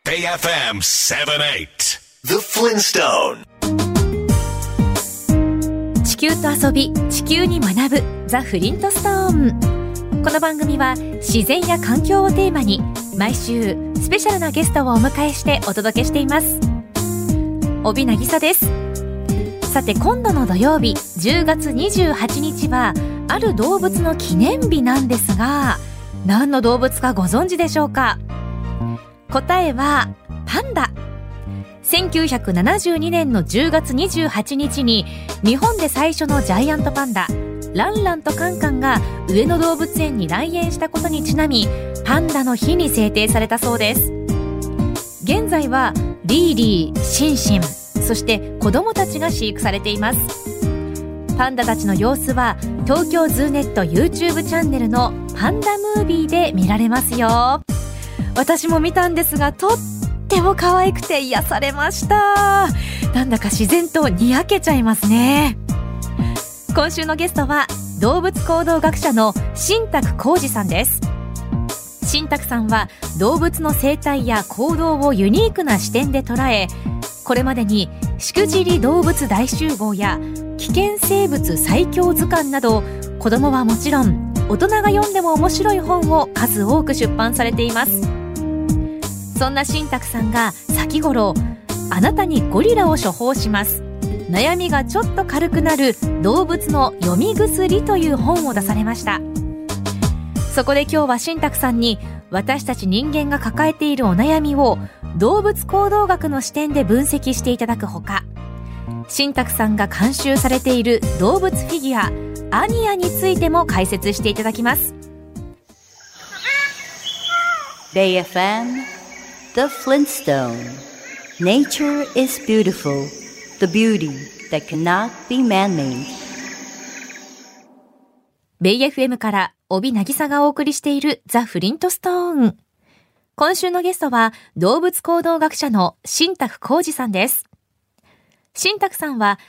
BayFM78 The Flintstone。 地球と遊び、地球に学ぶザ・フリントストーン。この番組は自然や環境をテーマに毎週スペシャルなゲストをお迎えしてお届けしています。帯渚です。さて、今度の土曜日10月28日はある動物の記念日なんですが、何の動物かご存知でしょうか？答えはパンダ。1972年の10月28日に日本で最初のジャイアントパンダランランとカンカンが上野動物園に来園したことにちなみ、パンダの日に制定されたそうです。現在はリーリー、シンシン、そして子供たちが飼育されています。パンダたちの様子は東京ズーネット YouTube チャンネルのパンダムービーで見られますよ。私も見たんですが、とっても可愛くて癒されました。なんだか自然とにやけちゃいますね。今週のゲストは動物行動学者の新宅浩二さんです。新宅さんは動物の生態や行動をユニークな視点で捉え、これまでにしくじり動物大集合や危険生物最強図鑑など、子供はもちろん大人が読んでも面白い本を数多く出版されています。そんな新宅さんが先頃、あなたにゴリラを処方します、悩みがちょっと軽くなる動物の読み薬という本を出されました。そこで今日は新宅さんに私たち人間が抱えているお悩みを動物行動学の視点で分析していただくほか、新宅さんが監修されている動物フィギュアアニヤについても解説していただきます。 BayFM The Flintstone. Nature is beautiful. The beauty that cannot be man-made. BayFM から帯渚がお送りしているザ・フリントストーン。今週のゲストは動物行動学者の新宅浩二さんです。新宅さんは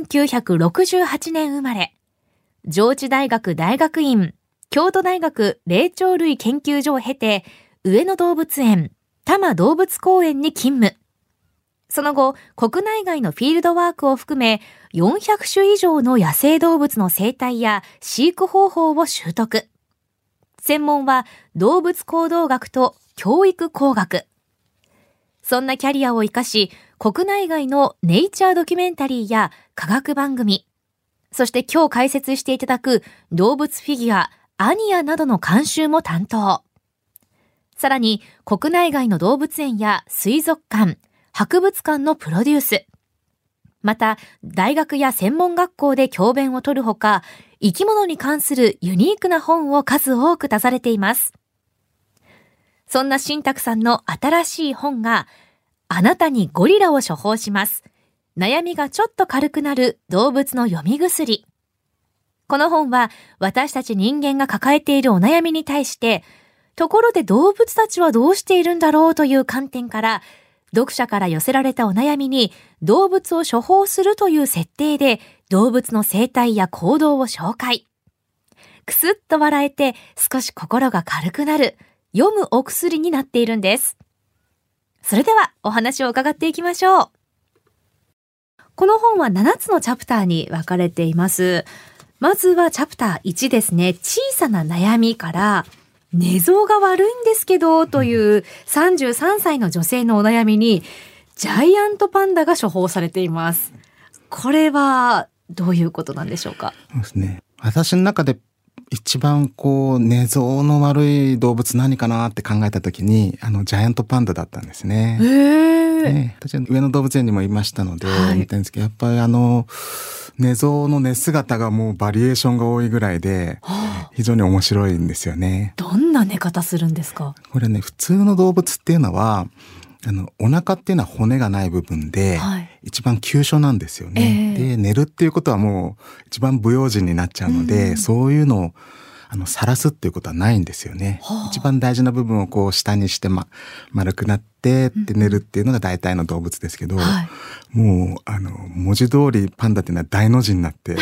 1968年生まれ、上智大学大学院、京都大学霊長類研究所を経て、上野動物園、多摩動物公園に勤務。その後、国内外のフィールドワークを含め、400種以上の野生動物の生態や飼育方法を習得。専門は動物行動学と教育工学。そんなキャリアを生かし、国内外のネイチャードキュメンタリーや科学番組、そして今日解説していただく動物フィギュアアニヤなどの監修も担当。さらに国内外の動物園や水族館、博物館のプロデュース。また大学や専門学校で教鞭を取るほか、生き物に関するユニークな本を数多く出されています。そんな新宅さんの新しい本が、あなたにゴリラを処方します、悩みがちょっと軽くなる動物の読み薬。この本は私たち人間が抱えているお悩みに対して、ところで動物たちはどうしているんだろうという観点から、読者から寄せられたお悩みに動物を処方するという設定で動物の生態や行動を紹介。くすっと笑えて少し心が軽くなる読むお薬になっているんです。それではお話を伺っていきましょう。この本は7つのチャプターに分かれています。まずはチャプター1ですね。小さな悩みから、寝相が悪いんですけどという33歳の女性のお悩みに、ジャイアントパンダが処方されています。これはどういうことなんでしょうか？ そうですね。私の中で一番寝相の悪い動物何かなって考えたときに、ジャイアントパンダだったんですね。私は上野動物園にもいましたので、見たんですけど、やっぱり寝相の寝姿がもうバリエーションが多いぐらいで、非常に面白いんですよね。 どんな寝方するんですか？ これね、普通の動物っていうのは、お腹っていうのは骨がない部分で、一番急所なんですよね。で、寝るっていうことはもう一番不用心になっちゃうので、そういうのを晒すっていうことはないんですよね。一番大事な部分を下にして、丸くなってって寝るっていうのが大体の動物ですけど、もう文字通りパンダっていうのは大の字になって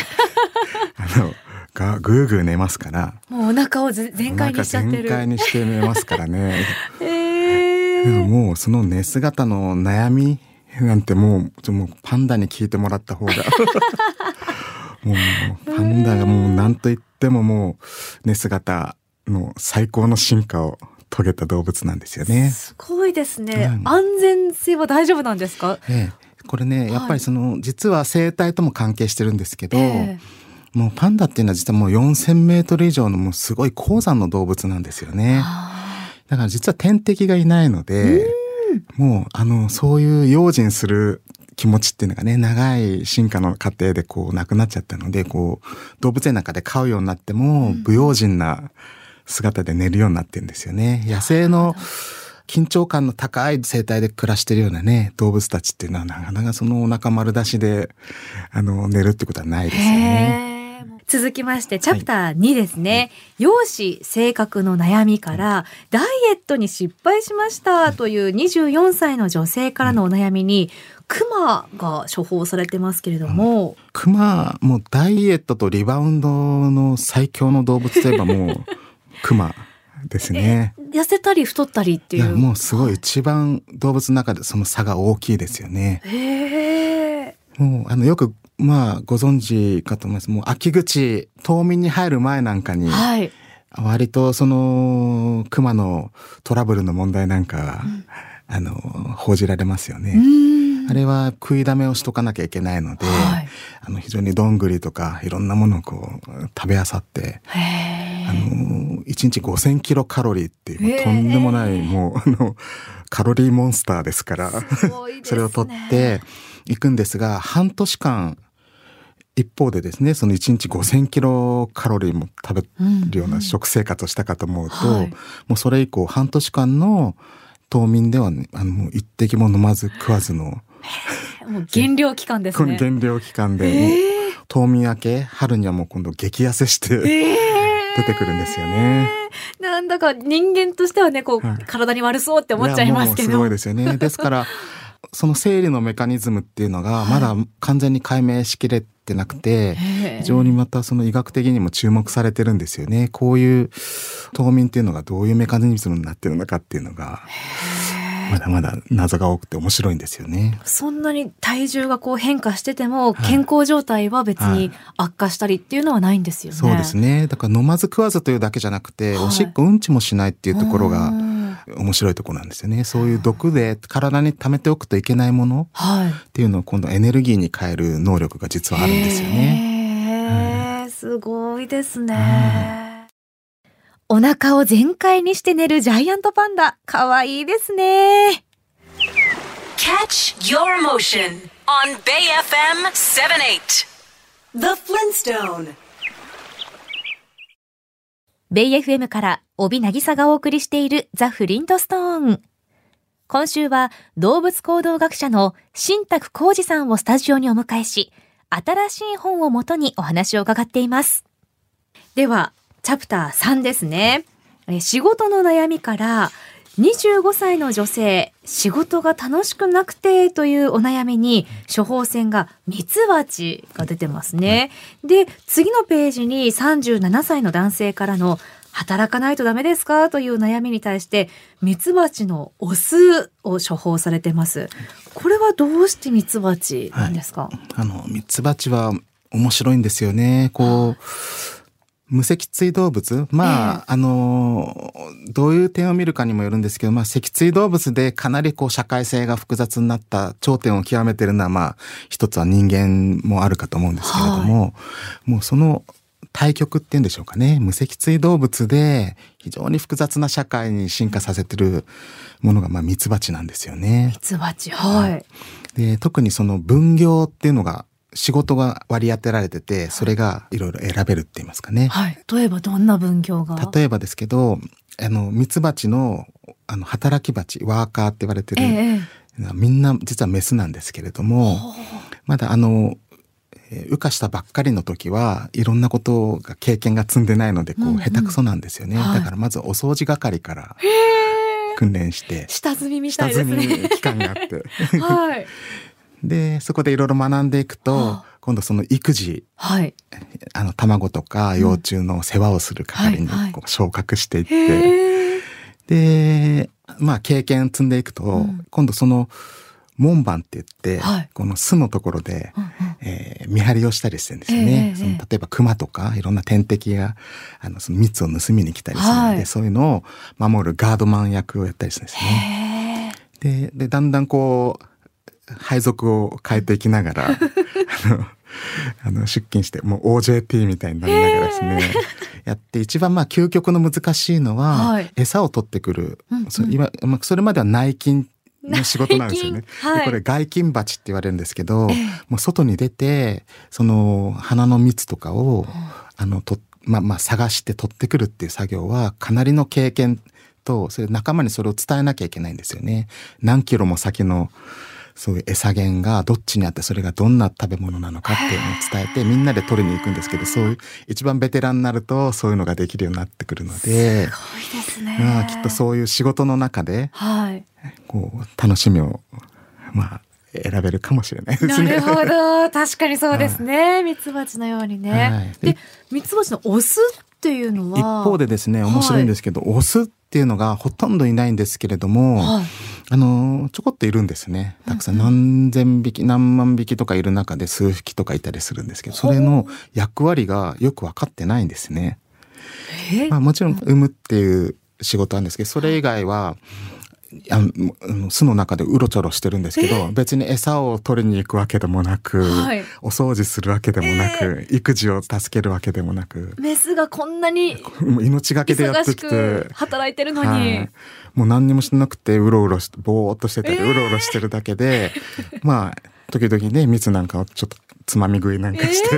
ぐーぐー寝ますから、 もうお腹を全開にしちゃってる。 全開にして寝ますからね。 でももうその寝姿の悩みなんてもうパンダに聞いてもらった方がもうパンダがもう何と言ってももう寝姿の最高の進化を遂げた動物なんですよね。 すごいですね、安全性は大丈夫なんですか？ これね、やっぱり実は生態とも関係してるんですけど、もうパンダっていうのは実はもう4000メートル以上のもうすごい高山の動物なんですよね。だから実は天敵がいないので、もうそういう用心する気持ちっていうのがね、長い進化の過程でこうなくなっちゃったので、こう動物園なんかで飼うようになっても不用心な姿で寝るようになってるんですよね。野生の緊張感の高い生態で暮らしてるようなね、動物たちっていうのはなかなかそのお腹丸出しで寝るってことはないですよね。 続きましてチャプター2ですね、容姿性格の悩みからダイエットに失敗しましたという24歳の女性からのお悩みにクマが処方されてますけれども、 クマもダイエットとリバウンドの最強の動物といえばもうクマですね。 痩せたり太ったりっていう、 いやもうすごい一番冬物の中でその差が大きいですよね。もうよくご存知かと思います。もう秋口冬眠に入る前なんかに、割とそのクマのトラブルの問題なんか、報じられますよね。あれは食いだめをしとかなきゃいけないので、非常にどんぐりとかいろんなものをこう食べあさって、1日5000キロカロリーっていう、とんでもないもうカロリーモンスターですから、それを取っていくんですが、半年間一方でですね、その1日5000キロカロリーも食べるような食生活をしたかと思うと、もうそれ以降半年間の冬眠では、ね、もう一滴も飲まず食わずのもう減量期間ですね。 減量期間で、冬眠明け春にはもう今度激痩せして、出てくるんですよね。 なんだか人間としてはね、こう、体に悪そうって思っちゃいますけど。 すごいですよね。ですからその生理のメカニズムっていうのがまだ完全に解明しきれてなくて、非常にまたその医学的にも注目されてるんですよね。こういう冬眠っていうのがどういうメカニズムになってるのかっていうのがまだまだ謎が多くて面白いんですよね。 そんなに体重がこう変化してても、健康状態は別に悪化したりっていうのはないんですよね。 そうですね。だから飲まず食わずというだけじゃなくて、おしっこうんちもしないっていうところが面白いところなんですよね。そういう毒で体に溜めておくといけないものっていうのを今度エネルギーに変える能力が実はあるんですよね。 すごいですね。お腹を全開にして寝るジャイアントパンダ、かわいいですね。 Catch your motion on Bay FM 78 The Flintstone。 ベイ FM から帯渚がお送りしているザ・フリントストーン。今週は動物行動学者の新宅浩二さんをスタジオにお迎えし、新しい本をもとにお話を伺っています。ではチャプター3ですね。仕事の悩みから25歳の女性、仕事が楽しくなくてというお悩みに処方箋がミツバチが出てますね。で、次のページに37歳の男性からの働かないとダメですかという悩みに対してミツバチのオスを処方されてます。これはどうしてミツバチなんですか？ ミツバチは面白いんですよね。こう無脊椎動物、どういう点を見るかにもよるんですけど、脊椎動物でかなりこう社会性が複雑になった頂点を極めているのは、一つは人間もあるかと思うんですけれども、もうその対極っていうんでしょうかね。無脊椎動物で非常に複雑な社会に進化させてるものがミツバチなんですよね。 ミツバチ、 で、特にその分業っていうのが仕事が割り当てられてて、それがいろいろ選べるって言いますかね。 例えばどんな分業が？ 例えばですけど、ミツバチの働きバチ、ワーカーって言われてる、みんな実はメスなんですけれども、まだ羽化したばっかりの時はいろんなことが経験が積んでないので下手くそなんですよね。だからまずお掃除係から訓練して下積みみたいですね。 下積み期間があってでそこでいろいろ学んでいくと、今度その育児、卵とか幼虫の世話をする係に昇格していって、 で、経験積んでいくと、今度その門番って言って、この巣のところで、見張りをしたりしてるんですよね。その例えばクマとかいろんな天敵がその蜜を盗みに来たりするので、そういうのを守るガードマン役をやったりするんですね。でだんだんこう配属を変えていきながら出勤してもう OJT みたいになりながらですねやって一番究極の難しいのは、餌を取ってくる、それまでは内勤の仕事なんですよね。でこれ外勤鉢って言われるんですけど、もう外に出てその花の蜜とかを探して取ってくるっていう作業はかなりの経験と、それ仲間にそれを伝えなきゃいけないんですよね。何キロも先のそういう餌源がどっちにあって、それがどんな食べ物なのかっていうのを伝えてみんなで取りに行くんですけど、そういう一番ベテランになるとそういうのができるようになってくるので、 すごいですね。 きっとそういう仕事の中で、こう楽しみを選べるかもしれないですね。 なるほど、確かにそうですね。ミツバチのようにね。で、ミツバチのオスっていうのは一方でですね、面白いんですけど、オスっていうのがほとんどいないんですけれども、ちょこっといるんですね。たくさん何千匹何万匹とかいる中で数匹とかいたりするんですけど、それの役割がよく分かってないんですね。もちろん産むっていう仕事なんですけど、それ以外は巣の中でうろちょろしてるんですけど、別に餌を取りに行くわけでもなく、お掃除するわけでもなく、育児を助けるわけでもなく、 メスがこんなに命がけでやってきて働いてるのに、 もう何にもしなくてうろうろしてぼーっとしてたり、うろうろしてるだけで時々ね蜜なんかをちょっとつまみ食いなんかして、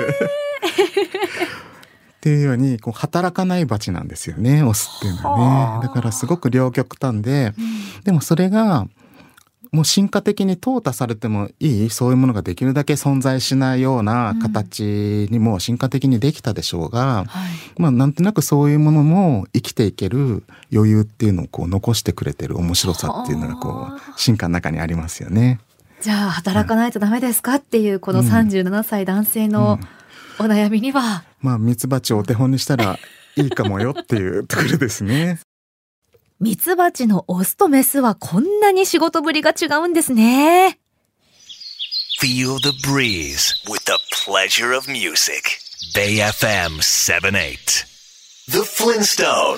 っていうようにこう働かないバチなんですよね、オスっていうのはね。だからすごく両極端で、でもそれがもう進化的に淘汰されてもいい、そういうものができるだけ存在しないような形にも進化的にできたでしょうが、なんとなくそういうものも生きていける余裕っていうのをこう残してくれてる面白さっていうのがこう進化の中にありますよね。 じゃあ働かないとダメですかっていうこの37歳男性のお悩みには、 ミツバチをお手本にしたらいいかもよっていうところですね。 ミツバチのオスとメスはこんなに仕事ぶりが違うんですね。 Feel the breeze with the pleasure of music. Bay FM 78 The Flintstone。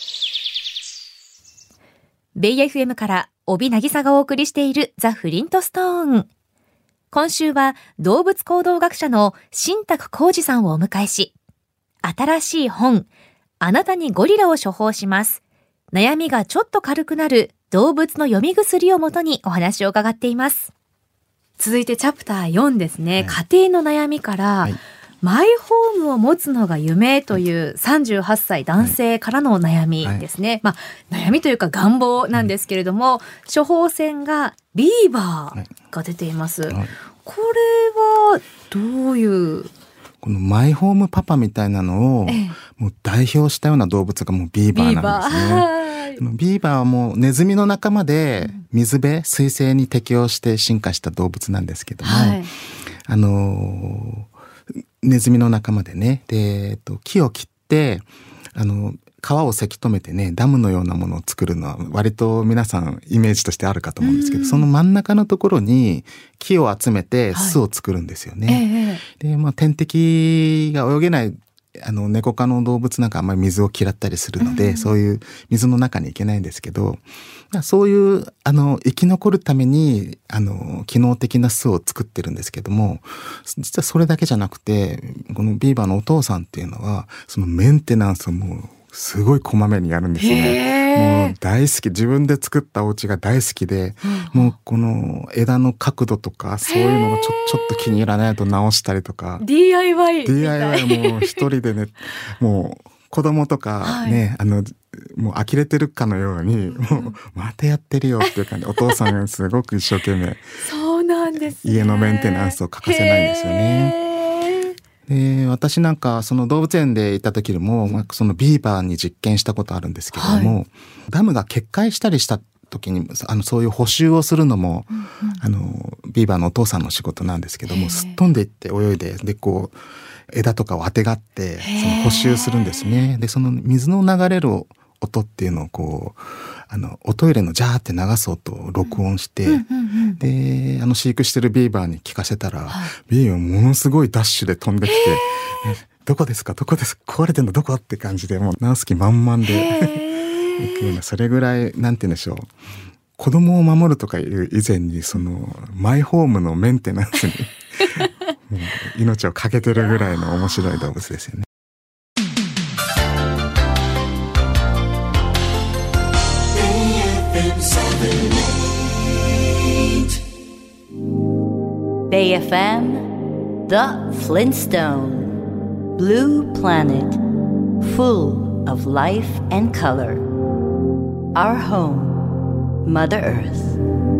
ベイ FM から帯渚がお送りしているザ・フリントストーン。今週は動物行動学者の新宅浩二さんをお迎えし、新しい本、あなたにゴリラを処方します。悩みがちょっと軽くなる動物の読み薬をもとにお話を伺っています。続いてチャプター4ですね。家庭の悩みから、マイホームを持つのが夢という38歳男性からの悩みですね。悩みというか願望なんですけれども、処方箋がビーバーが出ています。これはどういうこのマイホームパパみたいなのをもう代表したような動物がもうビーバーなんですね。ビーバーはもうネズミの仲間で水辺、水生に適応して進化した動物なんですけども、ネズミの仲間でね、で木を切って川をせき止めてね、ダムのようなものを作るのは割と皆さんイメージとしてあるかと思うんですけど、その真ん中のところに木を集めて巣を作るんですよね。で天敵が泳げないネコ科の動物なんかあんまり水を嫌ったりするので、そういう水の中に行けないんですけど、そういう生き残るために機能的な巣を作ってるんですけども、実はそれだけじゃなくて、このビーバーのお父さんっていうのはそのメンテナンスをもうすごいこまめにやるんですね。もう大好き、自分で作ったお家が大好きで、もうこの枝の角度とかそういうのをちょっと気に入らないと直したりとか、 DIY もう一人でね、もう子供とかね、もう呆れてるかのように、もうまたやってるよっていう感じ、お父さんがすごく一生懸命そうなんですね、 家のメンテナンスを欠かせないんですよね。私なんかその動物園でいた時でも、そのビーバーに実験したことあるんですけれども、ダムが決壊したりした時にそういう補修をするのも、ビーバーのお父さんの仕事なんですけども、すっ飛んでいって泳いで、でこう枝とかをあてがってその補修するんですね。でその水の流れる音っていうのをこうおトイレのジャーって流す音を録音して、で飼育してるビーバーに聞かせたら、ビーバーものすごいダッシュで飛んできて、どこですか壊れてんのどこって感じでもう直す気満々で行くような、それぐらいなんて言うんでしょう、子供を守るとかいう以前にそのマイホームのメンテナンスにもう命を懸けてるぐらいの面白い動物ですよね。 Bay FM, The Flintstone, Blue Planet, full of life and color. Our home, Mother Earth.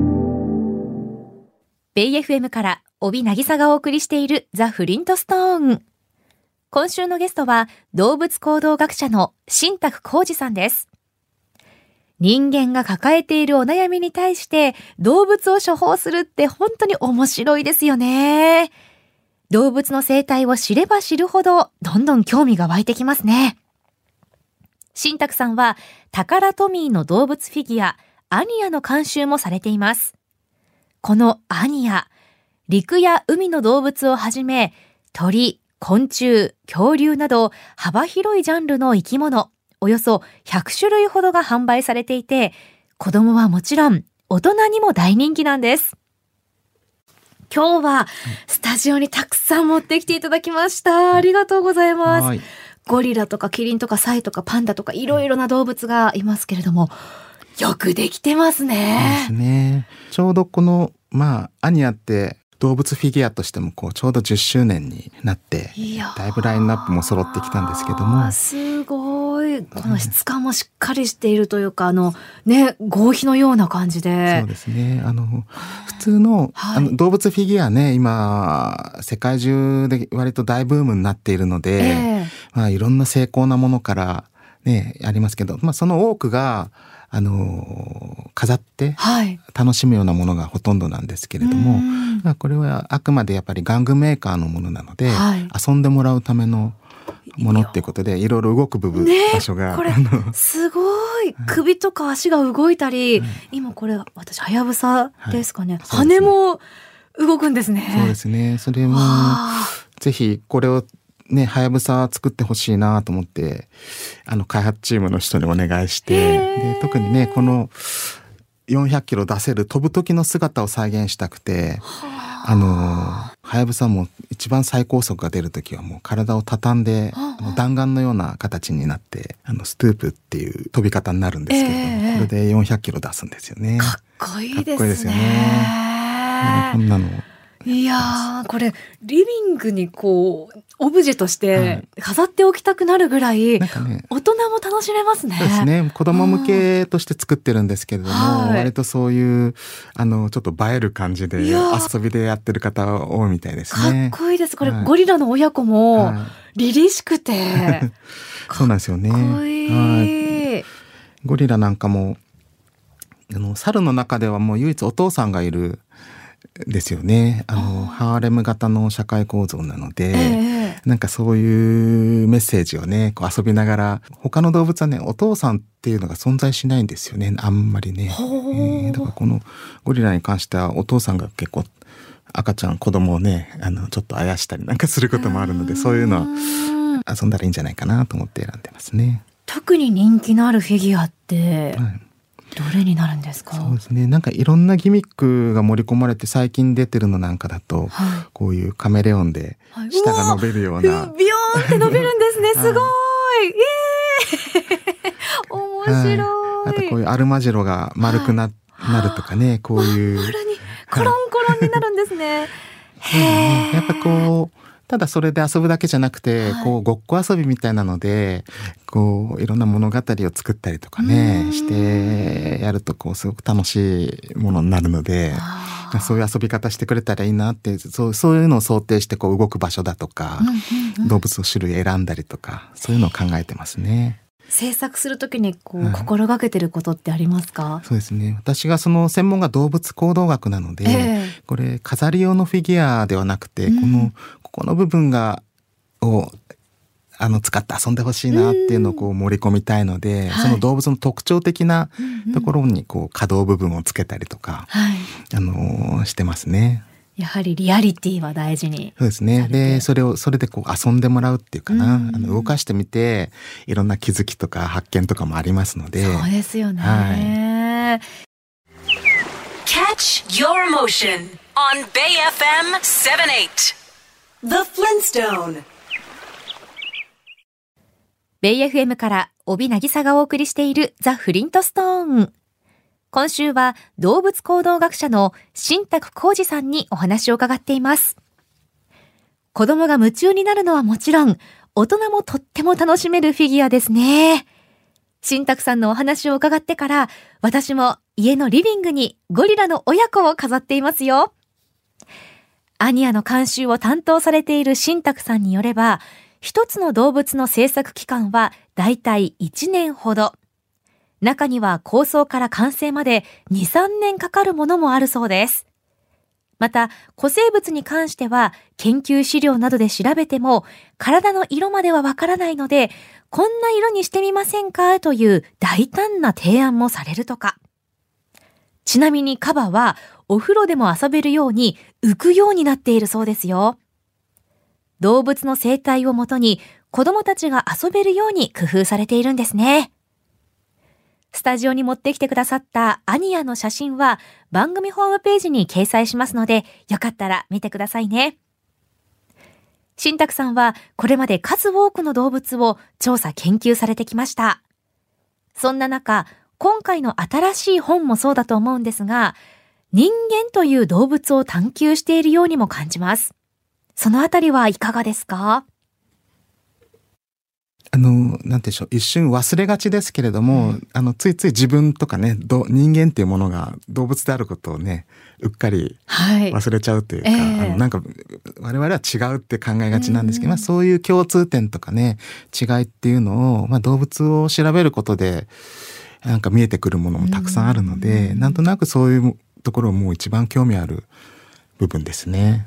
Bay FM から帯渚がお送りしているザ・フリントストーン。今週のゲストは動物行動学者の新宅浩二さんです。人間が抱えているお悩みに対して動物を処方するって本当に面白いですよね。動物の生態を知れば知るほどどんどん興味が湧いてきますね。新宅さんはタカラトミーの動物フィギュアアニヤの監修もされています。このアニヤ、陸や海の動物をはじめ鳥、昆虫、恐竜など幅広いジャンルの生き物およそ100種類ほどが販売されていて、子供はもちろん大人にも大人気なんです。今日はスタジオにたくさん持ってきていただきました。ありがとうございます。ゴリラとかキリンとかサイとかパンダとかいろいろな動物がいますけれども、よくできてますね。 そうですね。ちょうどこのアニヤって動物フィギュアとしてもちょうど10周年になってだいぶラインナップも揃ってきたんですけども、 すごいこの質感もしっかりしているというか合皮のような感じで。 そうですね。普通の、動物フィギュアね、今世界中で割と大ブームになっているので、いろんな精巧なものからねありますけど、その多くが飾って楽しむようなものがほとんどなんですけれども、これはあくまでやっぱり玩具メーカーのものなので、遊んでもらうためのものっていうことでいろいろ動く場所が、 これすごい首とか足が動いたり、今これ私はやぶさですかね、羽も動くんですね。 そうですね。それもぜひこれをね、はやぶさ作ってほしいなと思って開発チームの人にお願いして、で特にねこの400キロ出せる飛ぶ時の姿を再現したくて、はやぶさも一番最高速が出る時はもう体を畳んで弾丸のような形になってストゥープっていう飛び方になるんですけれども、これで400キロ出すんですよね。 かっこいいですね。 かっこいいですよね。こんなのいやー、これリビングにオブジェとして飾っておきたくなるぐらい、大人も楽しめますね。 そうですね。子供向けとして作ってるんですけれども、割とそういうちょっと映える感じで遊びでやってる方多いみたいですね。 かっこいいです。これ、ゴリラの親子も凛々しくてそうなんですよね。 かっこいい。 ゴリラなんかも猿の中ではもう唯一お父さんがいるですよね。ハーレム型の社会構造なので、なんかそういうメッセージをね遊びながら、他の動物はねお父さんっていうのが存在しないんですよね、あんまりね。だからこのゴリラに関してはお父さんが結構赤ちゃん子供をねちょっとあやしたりなんかすることもあるので、そういうのは遊んだらいいんじゃないかなと思って選んでますね。 特に人気のあるフィギュアって、どれになるんですか？ そうですね。なんかいろんなギミックが盛り込まれて、最近出てるのなんかだと、こういうカメレオンで舌が伸びるような、 ビヨーンって伸びるんですね。すごい。面白い。 あとこういうアルマジロが丸くなるとかね、こういう丸にコロンコロンになるんですね。 やっぱただそれで遊ぶだけじゃなくて、ごっこ遊びみたいなのでいろんな物語を作ったりとかねしてやるとすごく楽しいものになるので、そういう遊び方してくれたらいいなって、そういうのを想定して動く場所だとか、動物の種類選んだりとか、そういうのを考えてますね。 制作するときに心がけてることってありますか？ そうですね。私が専門が動物行動学なので、これ飾り用のフィギュアではなくて、ここの部分を使って遊んでほしいなっていうのをこう盛り込みたいので、その動物の特徴的なところにこう可動部分をつけたりとか、してますね。 やはりリアリティは大事に。 そうですね。で、それでこう遊んでもらうっていうかな、動かしてみていろんな気づきとか発見とかもありますので。 そうですよね。 Catch your motion on Bay FM 78. The Flintstone. ベイ FM から帯渚がお送りしているザ・フリントストーン。今週は動物行動学者の新宅浩二さんにお話を伺っています。子供が夢中になるのはもちろん、大人もとっても楽しめるフィギュアですね。新宅さんのお話を伺ってから、私も家のリビングにゴリラの親子を飾っていますよ。アニヤの監修を担当されている新宅さんによれば、一つの動物の制作期間はだいたい1年ほど。中には構想から完成まで2、3年かかるものもあるそうです。また、古生物に関しては研究資料などで調べても体の色まではわからないので、こんな色にしてみませんかという大胆な提案もされるとか。ちなみにカバはお風呂でも遊べるように浮くようになっているそうですよ。動物の生態をもとに子供たちが遊べるように工夫されているんですね。スタジオに持ってきてくださったアニヤの写真は番組ホームページに掲載しますので、よかったら見てくださいね。新宅さんはこれまで数多くの動物を調査研究されてきました。そんな中、今回の新しい本もそうだと思うんですが、人間という動物を探求しているようにも感じます。そのあたりはいかがですか？ なんでしょう、一瞬忘れがちですけれども、ついつい自分とかね、人間っていうものが動物であることをね、うっかり忘れちゃうというか、なんか我々は違うって考えがちなんですけど、そういう共通点とかね、違いっていうのを、動物を調べることでなんか見えてくるものもたくさんあるので、なんとなくそういうところも一番興味ある部分ですね。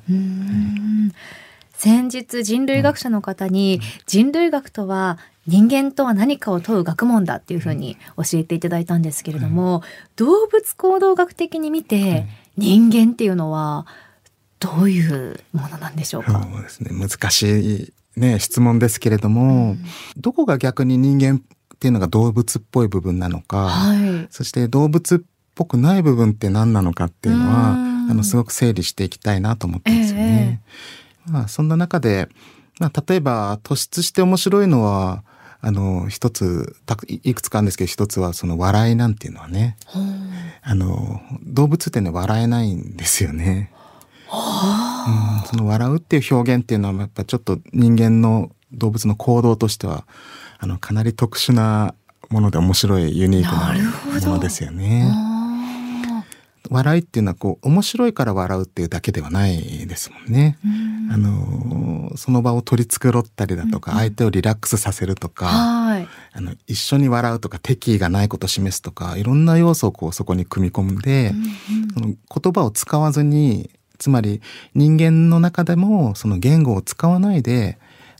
先日人類学者の方に、人類学とは人間とは何かを問う学問だっていうふうに教えていただいたんですけれども、動物行動学的に見て、人間っていうのはどういうものなんでしょうか？ そうですね、難しいね質問ですけれども、どこが逆に人間っていうのが動物っぽい部分なのか、そして動物っぽくない部分って何なのかっていうのはすごく整理していきたいなと思ってますよね。そんな中で、例えば突出して面白いのは一ついくつかあるんですけど、一つはその笑いなんていうのはね、動物ってね笑えないんですよね。その笑うっていう表現っていうのはやっぱちょっと人間の動物の行動としてはかなり特殊なもので面白いユニークなものですよね。笑いっていうのはこう面白いから笑うっていうだけではないですもんね。その場を取り繕ったりだとか、相手をリラックスさせるとか、一緒に笑うとか、敵意がないことを示すとか、いろんな要素をこうそこに組み込んで、その言葉を使わずに、つまり人間の中でもその言語を使わないで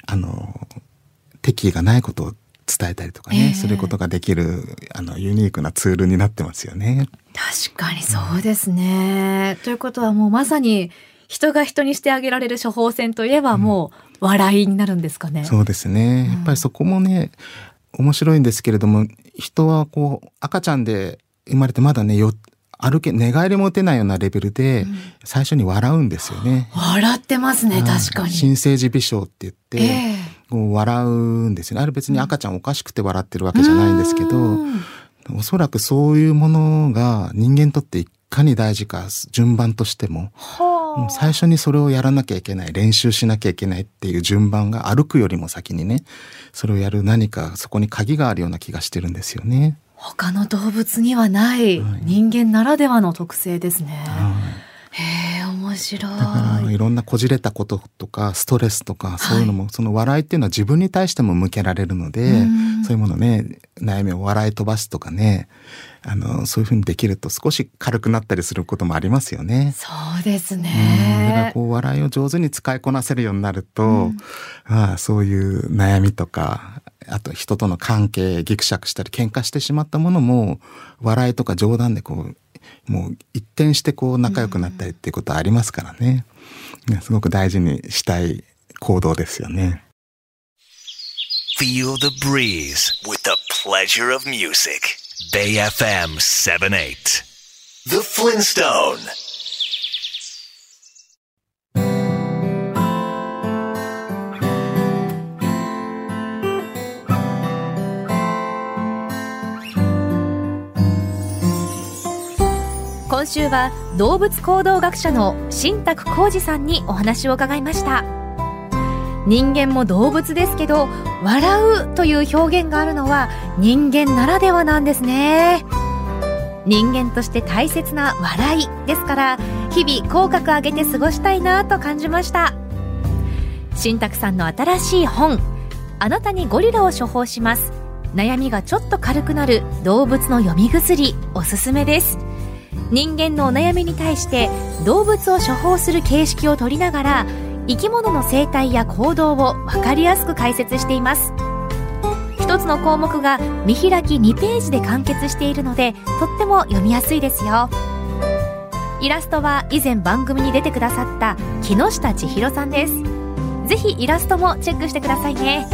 敵意がないことを伝えたりとかね、することができるユニークなツールになってますよね。 確かにそうですね。ということはもうまさに人が人にしてあげられる処方箋といえばもう笑いになるんですかね。 そうですね。やっぱりそこもね面白いんですけれども、人はこう赤ちゃんで生まれてまだね寝返りも打てないようなレベルで最初に笑うんですよね。 笑ってますね。確かに新生児微笑って言って、こう笑うんですよね。あれ別に赤ちゃんおかしくて笑ってるわけじゃないんですけど、おそらくそういうものが人間にとっていかに大事か、順番としても最初にそれをやらなきゃいけない、練習しなきゃいけないっていう順番が歩くよりも先にね、それをやる何かそこに鍵があるような気がしてるんですよね。 他の動物にはない人間ならではの特性ですね。面白い。 だからいろんなこじれたこととかストレスとかそういうのも、その笑いっていうのは自分に対しても向けられるので、そういうものね悩みを笑い飛ばすとかね、そういう風にできると少し軽くなったりすることもありますよね。 そうですね。 だからこう笑いを上手に使いこなせるようになると、そういう悩みとか、あと人との関係ギクシャクしたり喧嘩してしまったものも笑いとか冗談でこうもう一転してこう仲良くなったりっていうことはありますからね。すごく大事にしたい行動ですよね。 Feel the breeze with the pleasure of music. Bay FM 78. The Flintstone. 今週は動物行動学者の新宅浩二さんにお話を伺いました。人間も動物ですけど、笑うという表現があるのは人間ならではなんですね。人間として大切な笑いですから、日々口角上げて過ごしたいなと感じました。新宅さんの新しい本、あなたにゴリラを処方します、悩みがちょっと軽くなる動物の読み薬、おすすめです。人間のお悩みに対して動物を処方する形式を取りながら、生き物の生態や行動を分かりやすく解説しています。一つの項目が見開き2ページで完結しているので、とっても読みやすいですよ。イラストは以前番組に出てくださった木下千尋さんです。ぜひイラストもチェックしてくださいね。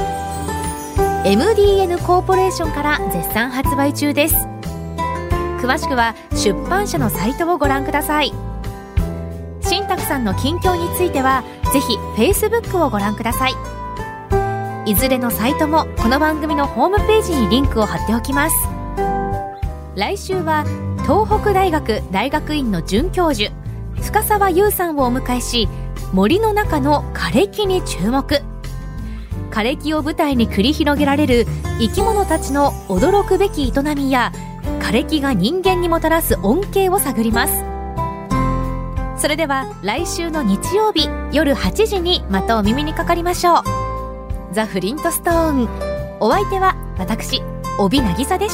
MDN コーポレーションから絶賛発売中です。詳しくは出版社のサイトをご覧ください。新宅さんの近況についてはぜひ Facebook をご覧ください。いずれのサイトもこの番組のホームページにリンクを貼っておきます。来週は東北大学大学院の准教授深澤優さんをお迎えし、森の中の枯れ木に注目。枯れ木を舞台に繰り広げられる生き物たちの驚くべき営みや、枯れ木が人間にもたらす恩恵を探ります。それでは来週の日曜日夜8時にまたお耳にかかりましょう。ザ・フリントストーン、お相手は私帯渚でした。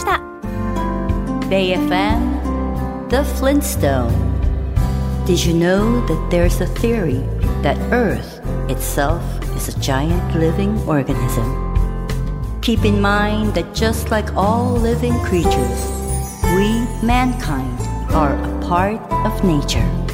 Bay FM The Flintstone. Did you know that there's a theory that Earth itself is a giant living organism? Keep in mind that just like all living creatures, we, mankind, are a part of nature.